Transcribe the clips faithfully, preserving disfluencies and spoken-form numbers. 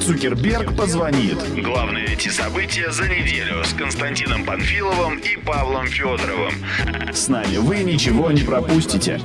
Цукерберг позвонит. Главные эти события за неделю с Константином Панфиловым и Павлом Федоровым. С нами вы ничего не пропустите.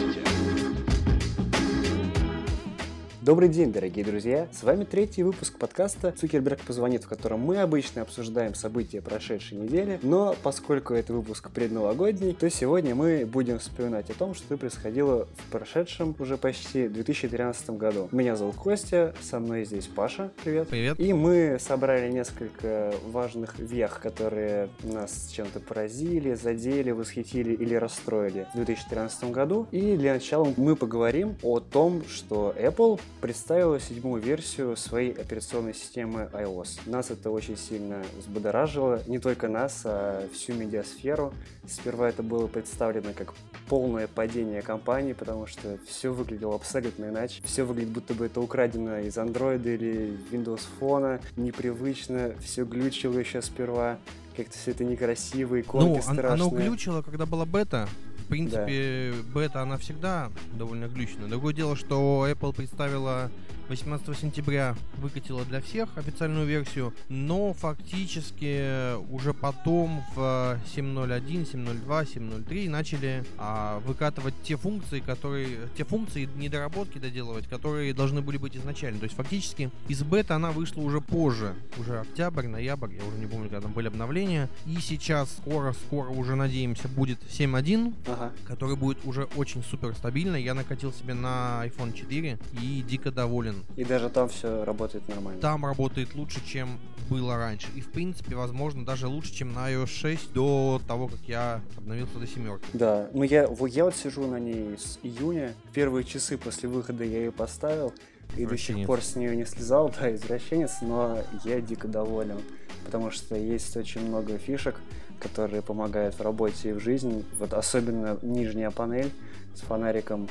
Добрый день, дорогие друзья! С вами третий выпуск подкаста «Цукерберг позвонит», в котором мы обычно обсуждаем события прошедшей недели, но поскольку это выпуск предновогодний, то сегодня мы будем вспоминать о том, что происходило в прошедшем уже почти две тысячи тринадцатом году. Меня зовут Костя, со мной здесь Паша, привет. Привет. И мы собрали несколько важных вех, которые нас чем-то поразили, задели, восхитили или расстроили в две тысячи тринадцатом году. И для начала мы поговорим о том, что Apple представила седьмую версию своей операционной системы iOS. Нас это очень сильно взбудоражило, не только нас, а всю медиасферу. Сперва это было представлено как полное падение компании, потому что все выглядело абсолютно иначе. Все выглядит, будто бы это украдено из Android или Windows Phone, непривычно, все глючило еще сперва. Как-то все это некрасиво, иконки ну, страшные. Оно глючило, когда была бета. В принципе, да. Бета, она всегда довольно глючная. Другое дело, что Apple представила восемнадцатого сентября, выкатила для всех официальную версию, но фактически уже потом в семь ноль один, семь ноль два, семь ноль три начали а, выкатывать те функции, которые, те функции недоработки доделывать, которые должны были быть изначально. То есть фактически из бета она вышла уже позже, уже октябрь, ноябрь, я уже не помню, когда там были обновления. И сейчас скоро-скоро уже, надеемся, будет семь один, ага. который будет уже очень супер стабильный. Я накатил себе на айфон четыре и дико доволен. И даже там все работает нормально. Там работает лучше, чем было раньше. И, в принципе, возможно, даже лучше, чем на iOS шесть до того, как я обновился до семерки. Да, ну я, я вот сижу на ней с июня. Первые часы после выхода я ее поставил. И до сих пор с нее не слезал, да, извращенец, но я дико доволен. Потому что есть очень много фишек, которые помогают в работе и в жизни. Вот особенно нижняя панель с фонариком.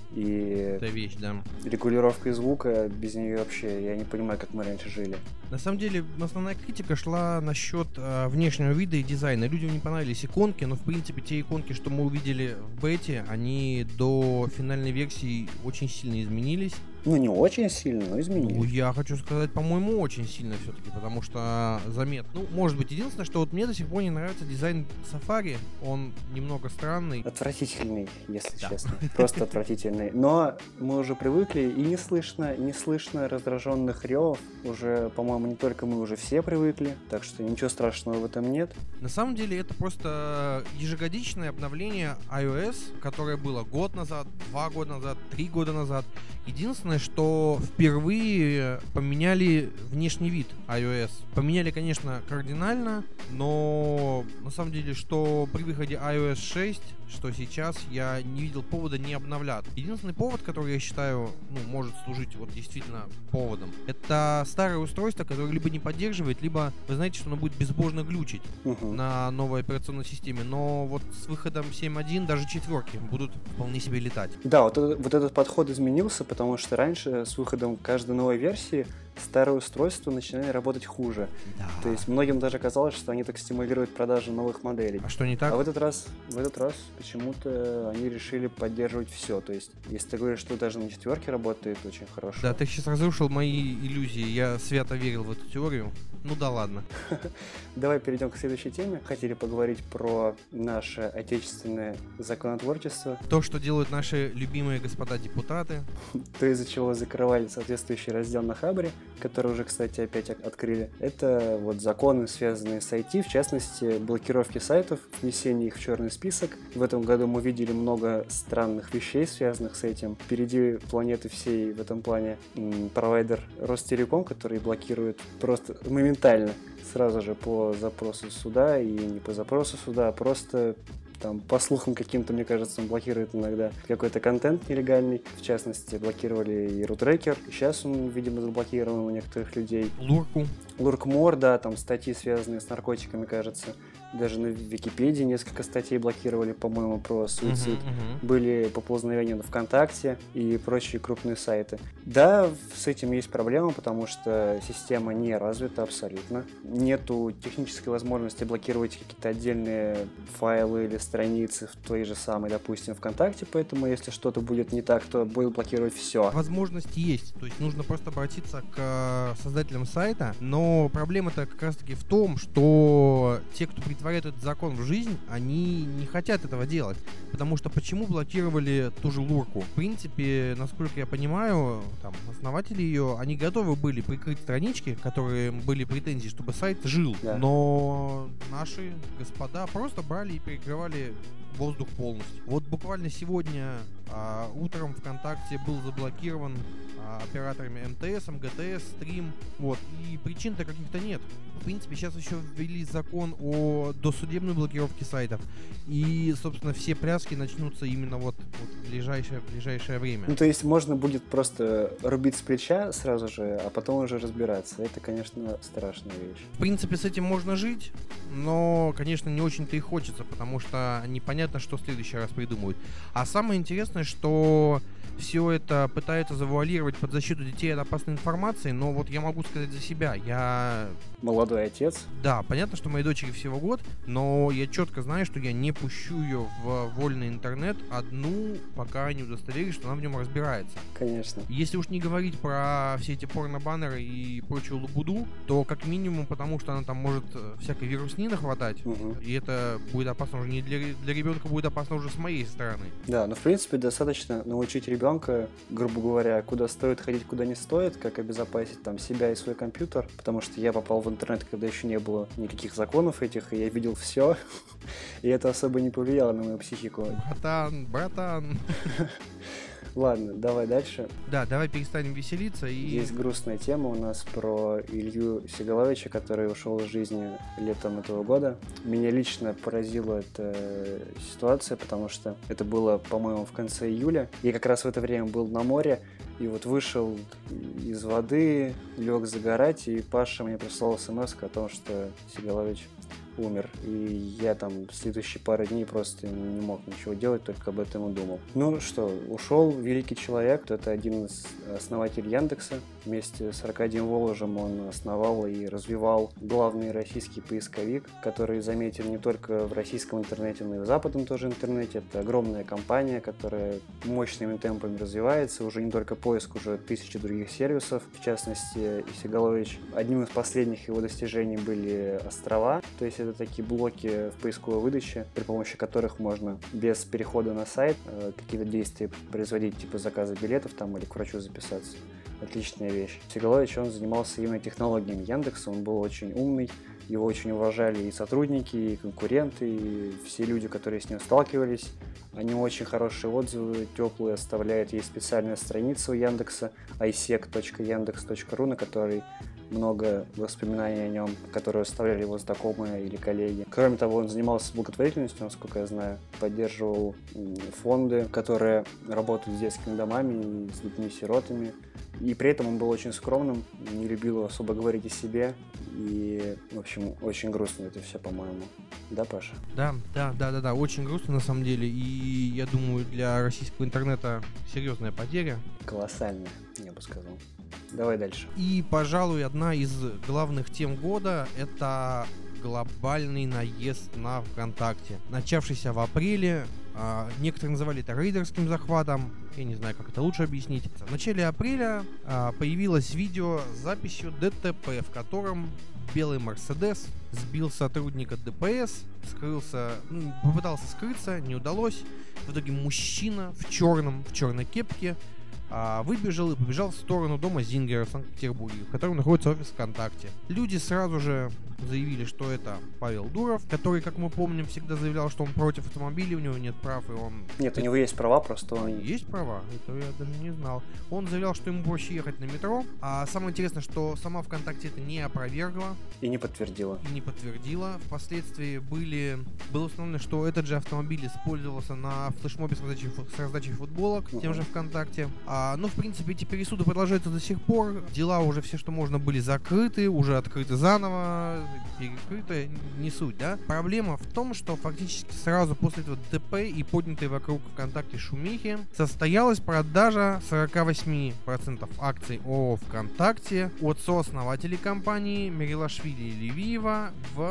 И это вещь, да. Регулировкой звука, без нее вообще я не понимаю, как мы раньше жили. На самом деле, основная критика шла насчет э, внешнего вида и дизайна. Людям не понравились иконки, но в принципе те иконки, что мы увидели в бете, они до финальной версии очень сильно изменились. Ну, не очень сильно, но изменились. Ну, я хочу сказать, по-моему, очень сильно все-таки, потому что заметно. Ну, может быть, единственное, что вот мне до сих пор не нравится дизайн Safari. Он немного странный. Отвратительный, если да. честно. Просто отвратительный. Но мы уже привыкли, и не слышно, не слышно раздраженных ревов. Уже, по-моему, не только мы, уже все привыкли. Так что ничего страшного в этом нет. На самом деле, это просто ежегодичное обновление iOS, которое было год назад, два года назад, три года назад. Единственное, что впервые поменяли внешний вид iOS. Поменяли, конечно, кардинально, но на самом деле, что при выходе iOS шесть, что сейчас, я не видел повода не обновлять. Единственный повод, который я считаю, ну, может служить вот действительно поводом, это старое устройство, которое либо не поддерживает, либо вы знаете, что оно будет безбожно глючить uh-huh. на новой операционной системе. Но вот с выходом семь один даже четверки будут вполне себе летать. Да, вот, вот этот подход изменился, потому что раньше с выходом каждой новой версии старые устройства начинали работать хуже. Да. То есть многим даже казалось, что они так стимулируют продажу новых моделей. А что не так? А в этот раз, в этот раз почему-то они решили поддерживать все. То есть, если ты говоришь, что даже на четверке работает очень хорошо. Да, ты сейчас разрушил мои иллюзии. Я свято верил в эту теорию. Ну да ладно. Давай перейдем к следующей теме. Хотели поговорить про наше отечественное законотворчество. То, что делают наши любимые господа депутаты. То, из-за чего закрывали соответствующий раздел на Хабре, который уже, кстати, опять открыли. Это вот законы, связанные с ай ти, в частности, блокировки сайтов, внесение их в черный список. В этом году мы видели много странных вещей, связанных с этим. Впереди планеты всей в этом плане м- провайдер Ростелеком, который блокирует просто моментально, сразу же по запросу суда, и не по запросу суда, а просто там, по слухам каким-то, мне кажется, он блокирует иногда какой-то контент нелегальный. В частности, блокировали и рутрекер. Сейчас он, видимо, заблокирован у некоторых людей. Лурку. Луркмор, да, там статьи, связанные с наркотиками, кажется. Даже на Википедии несколько статей блокировали, по-моему, про суицид. Uh-huh, uh-huh. Были поползновения на ВКонтакте и прочие крупные сайты. Да, с этим есть проблема, потому что система не развита абсолютно. Нету технической возможности блокировать какие-то отдельные файлы или страницы в той же самой, допустим, ВКонтакте, поэтому если что-то будет не так, то будет блокировать все. Возможность есть, то есть нужно просто обратиться к создателям сайта, но проблема-то как раз-таки в том, что те, кто притворяет этот закон в жизнь, они не хотят этого делать. Потому что почему блокировали ту же Лурку? В принципе, насколько я понимаю, там, основатели ее, они готовы были прикрыть странички, которые были претензии, чтобы сайт жил. Да. Но наши господа просто брали и перекрывали воздух полностью. Вот буквально сегодня а, утром ВКонтакте был заблокирован а, операторами эм тэ эс, гэ тэ эс, Стрим. Вот. И причин-то каких-то нет. В принципе, сейчас еще ввели закон о досудебной блокировке сайтов. И, собственно, все пляски начнутся именно вот, вот в ближайшее, в ближайшее время. Ну, то есть можно будет просто рубить с плеча сразу же, а потом уже разбираться. Это, конечно, страшная вещь. В принципе, с этим можно жить, но, конечно, не очень-то и хочется, потому что непонятно, что в следующий раз придумают. А самое интересное, что все это пытаются завуалировать под защиту детей от опасной информации, но вот я могу сказать за себя, я... Молодой отец. Да, понятно, что моей дочери всего год, но я четко знаю, что я не пущу ее в вольный интернет одну, пока не удостоверюсь, что она в нем разбирается. Конечно. Если уж не говорить про все эти порно-баннеры и прочую лабуду, то как минимум потому, что она там может всякой вируснины хватать, угу. И это будет опасно уже не для, для ребенка, будет опасно уже с моей стороны. Да, но в принципе достаточно научить ребенка, грубо говоря, куда стоит ходить, куда не стоит, как обезопасить там себя и свой компьютер, потому что я попал в интернет, когда еще не было никаких законов этих, и я видел все, и это особо не повлияло на мою психику. Братан, братан. Ладно, давай дальше. Да, давай перестанем веселиться. И... Есть грустная тема у нас про Илью Сегаловича, который ушел из жизни летом этого года. Меня лично поразила эта ситуация, потому что это было, по-моему, в конце июля. Я как раз в это время был на море, и вот вышел из воды, лег загорать, и Паша мне прислал смс о том, что Сегалович умер. И я там следующие пару дней просто не мог ничего делать, только об этом и думал. Ну что, ушел великий человек, это один из основателей Яндекса. Вместе с Аркадием Воложем он основал и развивал главный российский поисковик, который заметен не только в российском интернете, но и в западном тоже интернете. Это огромная компания, которая мощными темпами развивается. Уже не только поиск, уже тысячи других сервисов. В частности, Сегалович, одним из последних его достижений были острова. То есть это такие блоки в поисковой выдаче, при помощи которых можно без перехода на сайт э, какие-то действия производить, типа заказа билетов там или к врачу записаться. Отличная вещь. Сегалович, он занимался именно технологиями Яндекса, он был очень умный, его очень уважали и сотрудники, и конкуренты, и все люди, которые с ним сталкивались. Они очень хорошие отзывы, теплые оставляют. Есть специальная страница у Яндекса ай сек точка яндекс точка ру, на которой много воспоминаний о нем, которые оставляли его знакомые или коллеги. Кроме того, он занимался благотворительностью, насколько я знаю, поддерживал фонды, которые работают с детскими домами и с детьми-сиротами. И при этом он был очень скромным, не любил особо говорить о себе. И, в общем, очень грустно это все, по-моему. Да, Паша? Да, да, да, да, да, очень грустно на самом деле. И я думаю, для российского интернета серьезная потеря. Колоссальная, я бы сказал. Давай дальше. И, пожалуй, одна из главных тем года — это глобальный наезд на ВКонтакте, начавшийся в апреле. А, некоторые называли это рейдерским захватом. Я не знаю, как это лучше объяснить. В начале апреля а, появилось видео с записью дэ тэ пэ, в котором белый Мерседес сбил сотрудника дэ пэ эс, скрылся, ну, попытался скрыться, не удалось. В итоге мужчина в черном, в черной кепке выбежал и побежал в сторону дома Зингера в Санкт-Петербурге, в котором находится офис ВКонтакте. Люди сразу же заявили, что это Павел Дуров, который, как мы помним, всегда заявлял, что он против автомобилей, у него нет прав, и он... Нет, у него есть права, просто он... Есть права? Это я даже не знал. Он заявлял, что ему проще ехать на метро, а самое интересное, что сама ВКонтакте это не опровергла. И не подтвердила. И не подтвердила. Впоследствии были... было установлено, что этот же автомобиль использовался на флешмобе с раздачей, с раздачей футболок, uh-huh. тем же ВКонтакте. А, но, в принципе, эти пересуды продолжаются до сих пор. Дела уже все, что можно, были закрыты, уже открыты заново, перекрыты, не суть, да? Проблема в том, что фактически сразу после этого ДП и поднятой вокруг ВКонтакте шумихи состоялась продажа сорок восемь процентов акций ООО ВКонтакте от сооснователей компании Мерилашвили и Левиева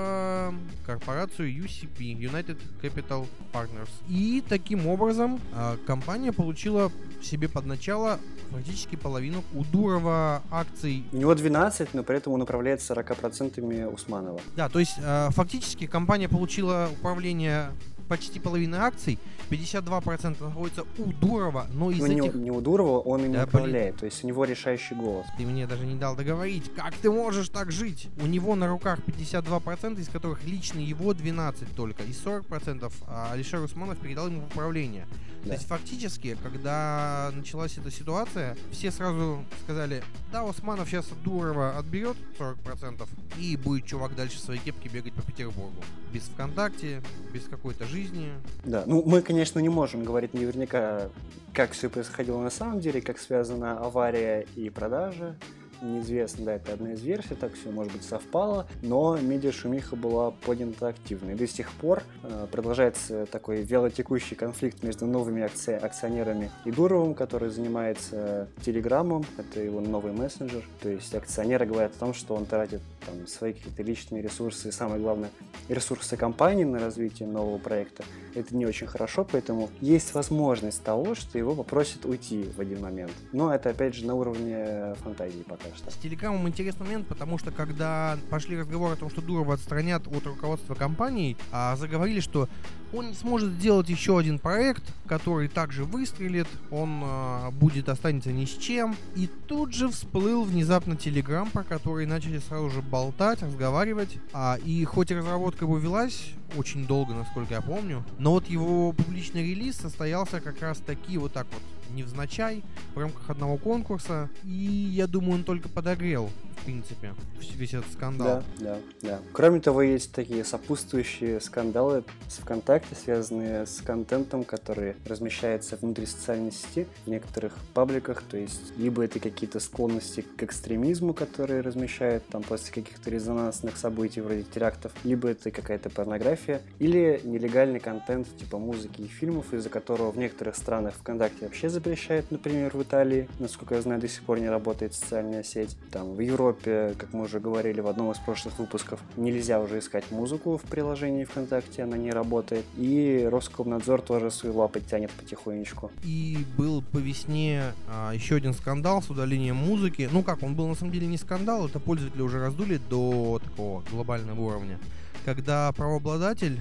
в корпорацию ю си пи, United Capital Partners. И таким образом компания получила себе под начало практически половину у Дурова акций. У него двенадцать, но при этом он управляет сорок процентов Усманова. Да, то есть фактически компания получила управление почти половины акций, пятьдесят два процента находится у Дурова, но из но этих... Не, не у Дурова, он ими да, управляет, блин. То есть у него решающий голос. Ты мне даже не дал договорить, как ты можешь так жить? У него на руках пятьдесят два процента, из которых лично его двенадцать только, и сорок процентов Алишер Усманов передал ему в управление. Да. То есть фактически, когда началась эта ситуация, все сразу сказали, да, Усманов сейчас от Дурова отберет сорок процентов и будет чувак дальше в своей кепке бегать по Петербургу. Без ВКонтакте, без какой-то жизни. Да, ну мы, конечно, не можем говорить наверняка, как все происходило на самом деле, как связана авария и продажа. Неизвестно, да, это одна из версий, так все, может быть, совпало, но медиа-шумиха была поднята активно. И до сих пор э, продолжается такой вялотекущий конфликт между новыми акци- акционерами и Дуровым, который занимается Телеграмом, это его новый мессенджер. То есть акционеры говорят о том, что он тратит там свои какие-то личные ресурсы и, самое главное, ресурсы компании на развитие нового проекта. Это не очень хорошо, поэтому есть возможность того, что его попросят уйти в один момент. Но это, опять же, на уровне фантазии пока что. С Телеграмом интересный момент, потому что когда пошли разговоры о том, что Дурова отстранят от руководства компании, а заговорили, что он не сможет сделать еще один проект, который также выстрелит, он а, будет останется ни с чем. И тут же всплыл внезапно Телеграм, про который начали сразу же болтать, разговаривать. А, и хоть и разработка его велась очень долго, насколько я помню, но вот его публичный релиз состоялся как раз таки вот так вот, невзначай, в рамках одного конкурса, и я думаю, он только подогрел, в принципе, весь этот скандал. Да, да, да. Кроме того, есть такие сопутствующие скандалы с ВКонтакте, связанные с контентом, который размещается внутри социальной сети в некоторых пабликах, то есть либо это какие-то склонности к экстремизму, которые размещают там после каких-то резонансных событий вроде терактов, либо это какая-то порнография, или нелегальный контент типа музыки и фильмов, из-за которого в некоторых странах ВКонтакте вообще запрещает, например, в Италии, насколько я знаю, до сих пор не работает социальная сеть. Там в Европе, как мы уже говорили в одном из прошлых выпусков, нельзя уже искать музыку в приложении ВКонтакте, она не работает. И Роскомнадзор тоже свои лапы тянет потихонечку. И был по весне а, еще один скандал с удалением музыки. Ну как, он был на самом деле не скандал, это пользователи уже раздули до такого глобального уровня. Когда правообладатель,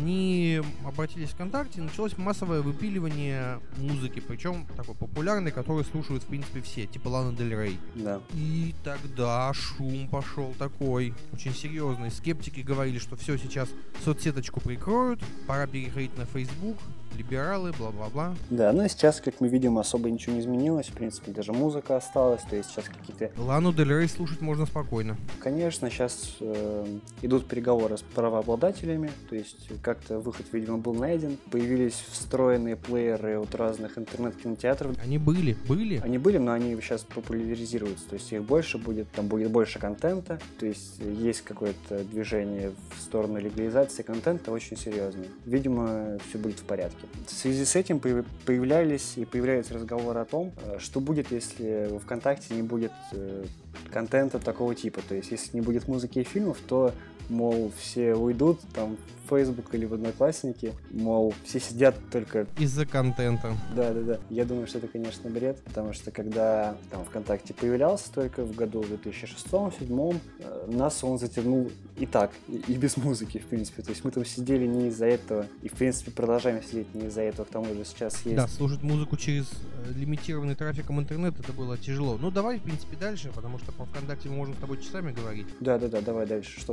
они обратились в ВКонтакте, и началось массовое выпиливание музыки, причем такой популярной, которую слушают в принципе все, типа Лана Дель Рей. Да. И тогда шум пошел такой, очень серьезный. Скептики говорили, что все, сейчас соцсеточку прикроют, пора переходить на Facebook, либералы, бла-бла-бла. Да, но сейчас, как мы видим, особо ничего не изменилось, в принципе, даже музыка осталась, то есть сейчас какие-то... Лану Дель Рей слушать можно спокойно. Конечно, сейчас э, идут переговоры с правообладателями, то есть как-то выход, видимо, был найден. Появились встроенные плееры от разных интернет-кинотеатров. Они были, были. Они были, но они сейчас популяризируются, то есть их больше будет, там будет больше контента, то есть есть какое-то движение в сторону легализации контента очень серьезное. Видимо, все будет в порядке. В связи с этим появлялись и появляются разговоры о том, что будет, если в ВКонтакте не будет контента такого типа. То есть, если не будет музыки и фильмов, то, мол, все уйдут там в Facebook или в Одноклассники, мол, все сидят только... Из-за контента. Да-да-да. Я думаю, что это, конечно, бред, потому что когда там ВКонтакте появлялся только в году две тысячи шестом — две тысячи седьмом, нас он затянул и так, и, и без музыки, в принципе. То есть мы там сидели не из-за этого, и, в принципе, продолжаем сидеть не из-за этого, к тому же сейчас есть... Да, слушать музыку через лимитированный трафиком интернет, это было тяжело. Ну, давай, в принципе, дальше, потому что по ВКонтакте мы можем с тобой часами говорить. Да-да-да, давай дальше. Что у нас дальше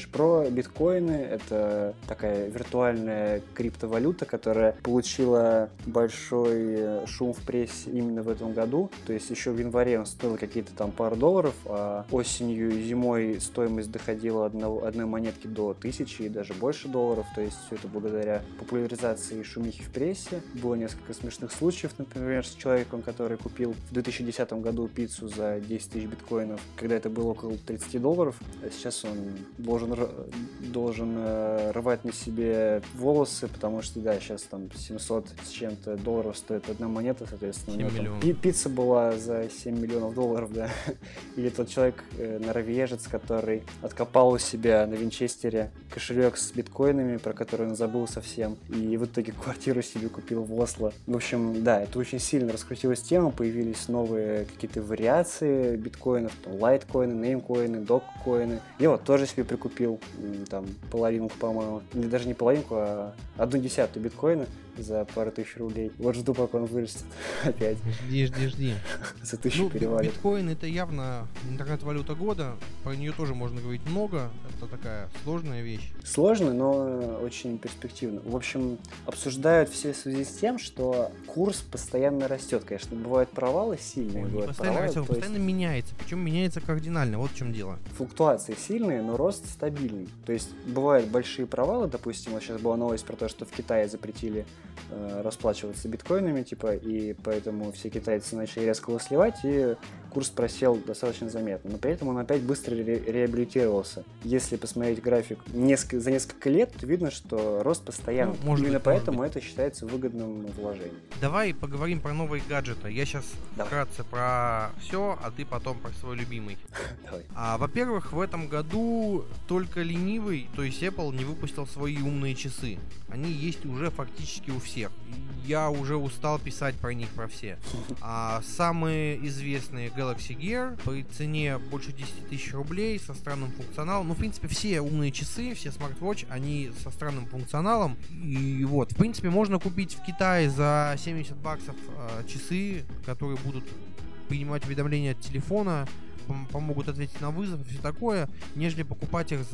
Pro биткоины — это такая виртуальная криптовалюта, которая получила большой шум в прессе именно в этом году. То есть еще в январе он стоил какие-то там пару долларов, а осенью и зимой стоимость доходила одного, одной монетки до тысячи и даже больше долларов. То есть все это благодаря популяризации и шумихи в прессе. Было несколько смешных случаев, например, с человеком, который купил в две тысячи десятом году пиццу за десять тысяч биткоинов, когда это было около тридцать долларов, а сейчас он должен, должен э, рвать на себе волосы, потому что, да, сейчас там семьсот с чем-то долларов стоит одна монета, соответственно. семь миллионов. Пи- пицца была за семь миллионов долларов, да. Или тот человек, э, норвежец, который откопал у себя на Винчестере кошелек с биткоинами, про который он забыл совсем, и в итоге квартиру себе купил в Осло. В общем, да, это очень сильно раскрутилась тема, появились новые какие-то вариации биткоинов, там, лайткоины, неймкоины, доккоины. Я вот тоже себе прикупил там половинку, по-моему, или даже не половинку, а одну десятую биткоина за пару тысяч рублей. Вот жду, пока он вырастет опять. Жди, жди, жди. За тысячу ну, перевалит. Биткоин — это явно интернет-валюта года. Про нее тоже можно говорить много. Это такая сложная вещь. Сложно, но очень перспективно. В общем, обсуждают все в связи с тем, что курс постоянно растет. Конечно, бывают провалы сильные. Он не бывают постоянно провалы, растет, он то есть постоянно меняется. Причем меняется кардинально. Вот в чем дело. флуктуации сильные, но рост стабильный. То есть бывают большие провалы. Допустим, вот сейчас была новость про то, что в Китае запретили э, расплачиваться биткоинами, типа, и поэтому все китайцы начали резко его сливать, и курс просел достаточно заметно. Но при этом он опять быстро ре- реабилитировался. Если посмотреть график несколько, за несколько лет, то видно, что рост постоянный. Ну, может Именно быть, поэтому может это считается выгодным вложением. Давай поговорим про новые гаджеты. Я сейчас Давай. вкратце про все, а ты потом про свой любимый. Давай. А, во-первых, в этом году только ленивый, то есть Apple, не выпустил свои умные часы. Они есть уже фактически у всех. Я уже устал писать про них, про все. А самые известные Galaxy Gear по цене больше десять тысяч рублей, со странным функционалом. Ну, в принципе, все умные часы, все смарт-вотч, они со странным функционалом. И вот, в принципе, можно купить в Китае за семьдесят баксов э, часы, которые будут принимать уведомления от телефона, помогут ответить на вызов и все такое, нежели покупать их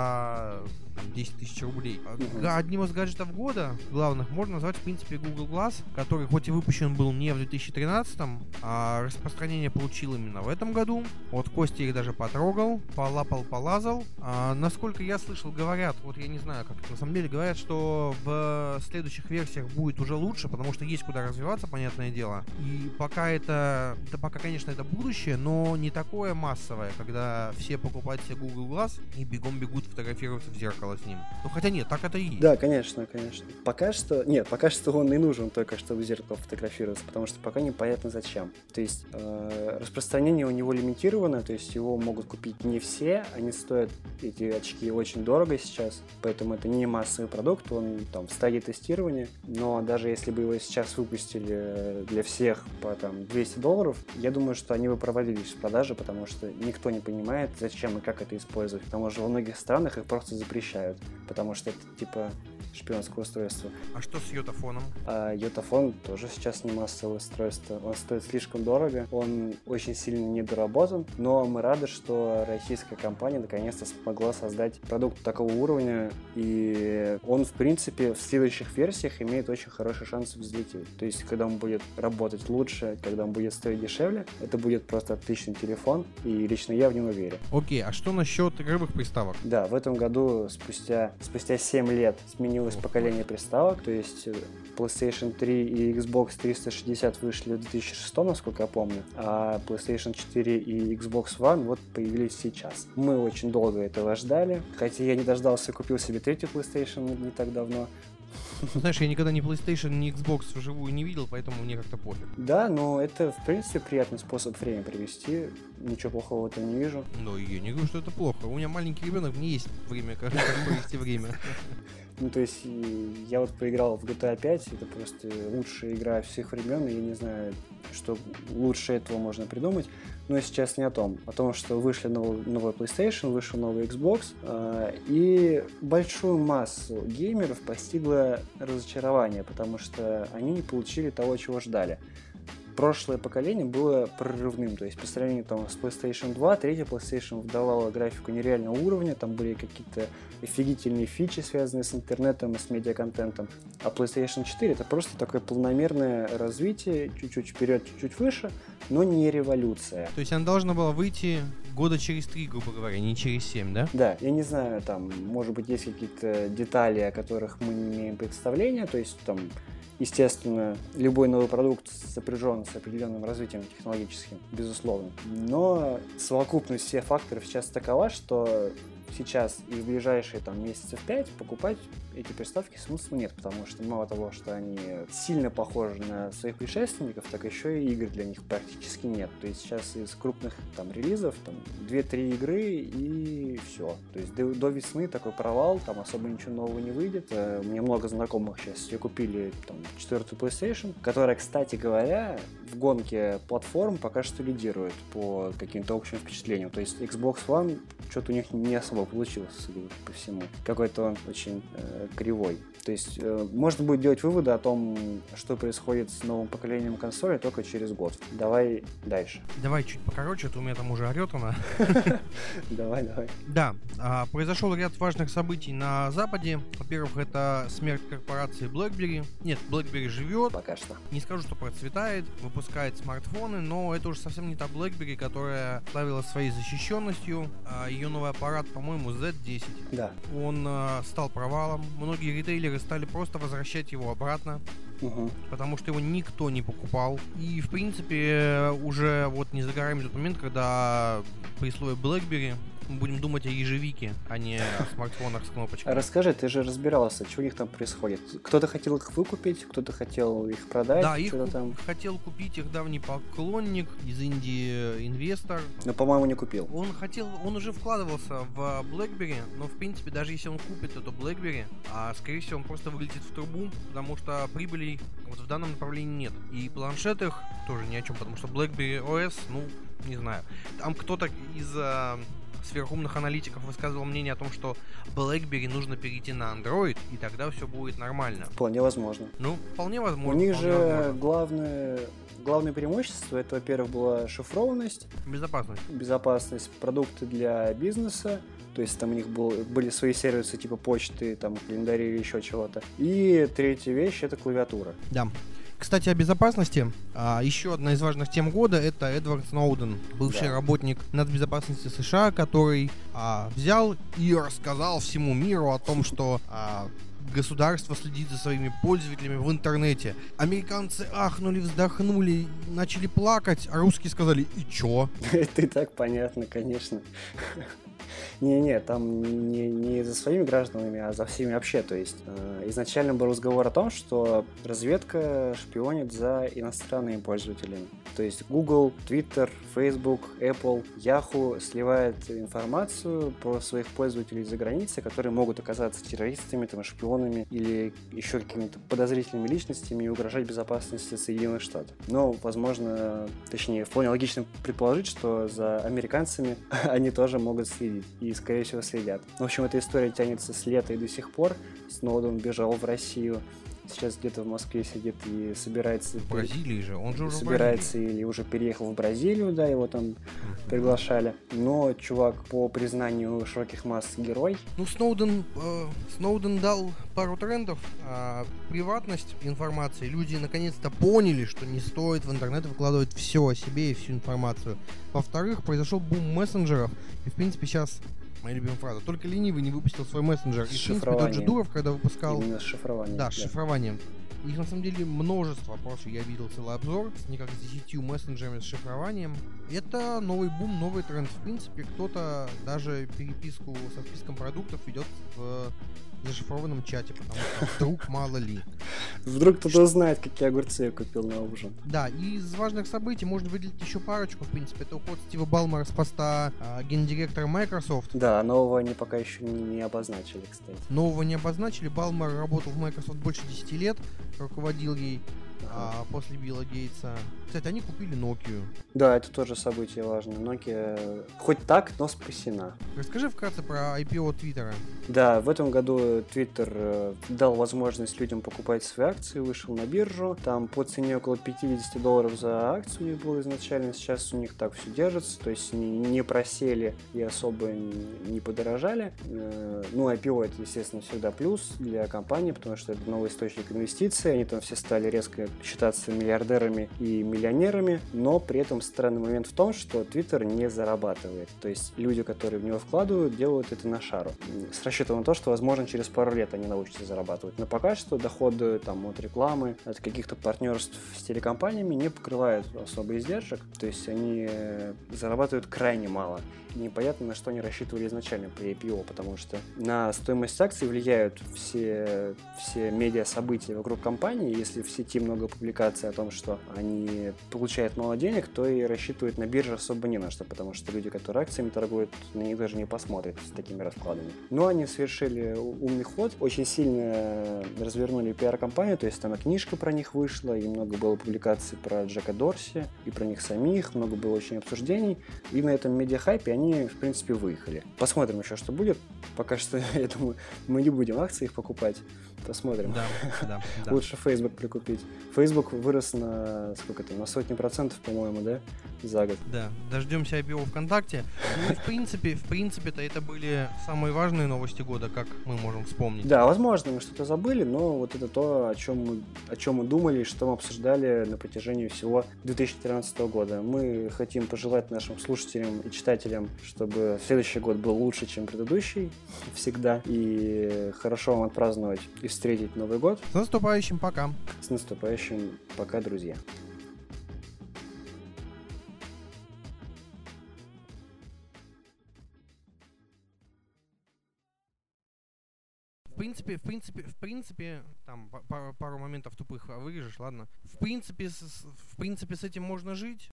за десять тысяч рублей. Mm-hmm. Одним из гаджетов года главных можно назвать, в принципе, Google Glass, который хоть и выпущен был не в две тысячи тринадцатом, а распространение получил именно в этом году. Вот Костя их даже потрогал, полапал, полазал. А, насколько я слышал, говорят, вот я не знаю, как это на самом деле, говорят, что в следующих версиях будет уже лучше, потому что есть куда развиваться, понятное дело. И пока это, да пока, конечно, это будущее, но не такое массовое, когда все покупают себе Google Glass и бегом бегут фотографироваться в зеркало с ним. Ну хотя нет, так это и есть. Да, конечно, конечно. Пока что, нет, пока что он и нужен только, чтобы в зеркало фотографироваться, потому что пока непонятно зачем. То есть э, распространение у него лимитировано, то есть его могут купить не все, они стоят, эти очки, очень дорого сейчас, поэтому это не массовый продукт, он там в стадии тестирования, но даже если бы его сейчас выпустили для всех по там двести долларов, я думаю, что они бы провалились в продаже, потому что никто не понимает, зачем и как это использовать, к тому же во многих странах их просто запрещают, потому что это типа шпионское устройство. А что с йотафоном? А йотафон тоже сейчас не массовое устройство. Он стоит слишком дорого, он очень сильно недоработан, но мы рады, что российская компания наконец-то смогла создать продукт такого уровня, и он, в принципе, в следующих версиях имеет очень хороший шанс взлететь. То есть, когда он будет работать лучше, когда он будет стоить дешевле, это будет просто отличный телефон, и лично я в него верю. Окей, а что насчет игровых приставок? Да, в этом году спустя, спустя семь лет сменилось поколение приставок, то есть PlayStation три и Xbox триста шестьдесят вышли в две тысячи шестом, насколько я помню, а PlayStation четыре и Xbox One вот появились сейчас. Мы очень долго этого ждали, хотя я не дождался и купил себе третий PlayStation не так давно. Знаешь, я никогда ни PlayStation, ни Xbox вживую не видел, поэтому мне как-то пофиг. Да, но это, в принципе, приятный способ время провести. Ничего плохого в этом не вижу. Но я не говорю, что это плохо. У меня маленький ребенок, мне есть время, как провести время. Ну, то есть, я вот поиграл в джи ти эй пять, это просто лучшая игра всех времен, и я не знаю, что лучше этого можно придумать. Но сейчас не о том. О том, что вышли новый, новый PlayStation, вышел новый Xbox, э, и большую массу геймеров постигло разочарование, потому что они не получили того, чего ждали. прошлое поколение было прорывным, то есть по сравнению там, с PlayStation два, третья PlayStation выдавала графику нереального уровня, там были какие-то офигительные фичи, связанные с интернетом и с медиаконтентом, а PlayStation четыре это просто такое планомерное развитие, чуть-чуть вперед, чуть-чуть выше, но не революция. То есть она должна была выйти года через три, грубо говоря, не через семь, да? Да, я не знаю, там, может быть, есть какие-то детали, о которых мы не имеем представления, то есть там, естественно, любой новый продукт сопряжен с определенным развитием технологическим, безусловно. Но совокупность всех факторов сейчас такова, что сейчас и в ближайшие там, месяцев пять покупать эти приставки смысла нет, потому что мало того, что они сильно похожи на своих предшественников, так еще и игр для них практически нет. То есть сейчас из крупных там релизов там две-три игры и все. То есть до, до весны такой провал, там особо ничего нового не выйдет. У меня много знакомых сейчас себе купили там четвертую PlayStation, которая, кстати говоря, в гонке платформ пока что лидирует по каким-то общим впечатлениям. То есть Xbox One что-то у них не особо получилось, судя по всему. Какой-то он очень э, кривой. То есть э, можно будет делать выводы о том, что происходит с новым поколением консоли только через год. Давай дальше. Давай чуть покороче, а то у меня там уже орет она. Давай, давай. Да, произошел ряд важных событий на Западе. Во-первых, это смерть корпорации BlackBerry. Нет, BlackBerry живет. Пока что. Не скажу, что процветает, выпускает смартфоны, но это уже совсем не та BlackBerry, которая славилась своей защищенностью. Ее новый аппарат, по-моему, зет десять. Да. Он э, стал провалом. Многие ритейлеры стали просто возвращать его обратно. Угу. Потому что его никто не покупал. И, в принципе, уже вот не за горами тот момент, когда при слове BlackBerry мы будем думать о ежевике, а не о смартфонах с кнопочкой. Расскажи, ты же разбирался, что у них там происходит. Кто-то хотел их выкупить, кто-то хотел их продать. Да, их куп- там хотел купить их давний поклонник из Индии, инвестор. Но, по-моему, не купил. Он хотел, он уже вкладывался в BlackBerry, но, в принципе, даже если он купит эту BlackBerry, а, скорее всего, он просто вылетит в трубу, потому что прибылей вот в данном направлении нет. И планшет их тоже ни о чем, потому что BlackBerry о эс, ну, не знаю. Там кто-то из сверхумных аналитиков высказывал мнение о том, что BlackBerry нужно перейти на Android, и тогда все будет нормально. Вполне возможно. Ну, вполне возможно. У них вполне же возможно. главное, главное преимущество, это, во-первых, была шифрованность, Безопасность. безопасность, продукты для бизнеса, то есть там у них был, были свои сервисы типа почты, там, календари или еще чего-то. И третья вещь — это клавиатура. Да. Кстати, о безопасности. А, еще одна из важных тем года — это Эдвард Сноуден, бывший Да. работник нацбезопасности США, который а, взял и рассказал всему миру о том, что а, государство следит за своими пользователями в интернете. Американцы ахнули, вздохнули, начали плакать, а русские сказали: «И чё?» Это и так понятно, конечно. Не-не, там не, не за своими гражданами, а за всеми вообще. То есть э, изначально был разговор о том, что разведка шпионит за иностранными пользователями. То есть Google, Twitter, Facebook, Apple, Yahoo сливает информацию про своих пользователей за границей, которые могут оказаться террористами, там, шпионами или еще какими-то подозрительными личностями и угрожать безопасности Соединенных Штатов. Но, возможно, точнее, вполне логично предположить, что за американцами они тоже могут следить. И, скорее всего, следят. В общем, эта история тянется с лета и до сих пор. Сноуден бежал в Россию. Сейчас где-то в Москве сидит и собирается... В Бразилии же, он же уже собирается или уже переехал в Бразилию, да, его там mm-hmm. приглашали. Но чувак, по признанию широких масс, герой. Ну, Сноуден, э, Сноуден дал пару трендов. Э, приватность информации. Люди наконец-то поняли, что не стоит в интернет выкладывать все о себе и всю информацию. Во-вторых, произошел бум мессенджеров. И, в принципе, сейчас... Моя любимая фраза. Только ленивый не выпустил свой мессенджер. И, в принципе, тот же Дуров, когда выпускал... Именно с шифрованием. Да, с да. шифрованием. Их, на самом деле, множество. Просто я видел целый обзор с никак с десятью мессенджерами с шифрованием. Это новый бум, новый тренд. В принципе, кто-то даже переписку со списком продуктов ведет в зашифрованном чате, потому что вдруг мало ли. Вдруг кто-то узнает, какие огурцы я купил на ужин. Да, и из важных событий можно выделить еще парочку, в принципе. Это уход Стива Балмера с поста а, гендиректора Microsoft. Да, нового они пока еще не, не обозначили, кстати. Нового не обозначили. Балмер работал в Microsoft больше десяти лет, руководил ей ага. а, после Билла Гейтса. Кстати, они купили Nokia. Да, это тоже событие важное. Nokia хоть так, но спасена. Расскажи вкратце про ай пи о Твиттера. Да, в этом году Twitter э, дал возможность людям покупать свои акции, вышел на биржу. Там по цене около пятьдесят долларов за акцию у них было изначально. Сейчас у них так все держится, то есть они не просели и особо не подорожали. Э, ну, ай пи о это, естественно, всегда плюс для компании, потому что это новый источник инвестиций. Они там все стали резко считаться миллиардерами и миллионерами, но при этом странный момент в том, что Twitter не зарабатывает. То есть люди, которые в него вкладывают, делают это на шару. С расчетом на то, что, возможно, через пару лет они научатся зарабатывать. Но пока что доходы там, от рекламы, от каких-то партнерств с телекомпаниями не покрывают особо издержек. То есть они зарабатывают крайне мало. Непонятно, на что они рассчитывали изначально при ай пи о, потому что на стоимость акций влияют все, все медиа-события вокруг компании. Если в сети много публикаций о том, что они получают мало денег, то и рассчитывать на бирже особо не на что, потому что люди, которые акциями торгуют, на них даже не посмотрят с такими раскладами. Но они совершили умный ход, очень сильно развернули пиар-компанию, то есть там и книжка про них вышла, и много было публикаций про Джека Дорси, и про них самих, много было очень обсуждений, и на этом медиа-хайпе они в принципе, выехали. Посмотрим еще, что будет. Пока что, я думаю, мы не будем акции их покупать. Посмотрим. Да, да, да. Лучше Facebook прикупить. Facebook вырос на сколько там, на сотни процентов, по-моему, да, за год. Да, дождемся ай пи о ВКонтакте. Ну и в принципе, в принципе-то это были самые важные новости года, как мы можем вспомнить. Да, возможно, мы что-то забыли, но вот это то, о чем мы, о чем мы думали, что мы обсуждали на протяжении всего две тысячи тринадцатого года. Мы хотим пожелать нашим слушателям и читателям, чтобы следующий год был лучше, чем предыдущий, всегда, и хорошо вам отпраздновать и встретить Новый год. С наступающим, пока. С наступающим, пока, друзья. В принципе, в принципе, в принципе, там пару, пару моментов тупых вырежешь, ладно. В принципе, с, в принципе, с этим можно жить.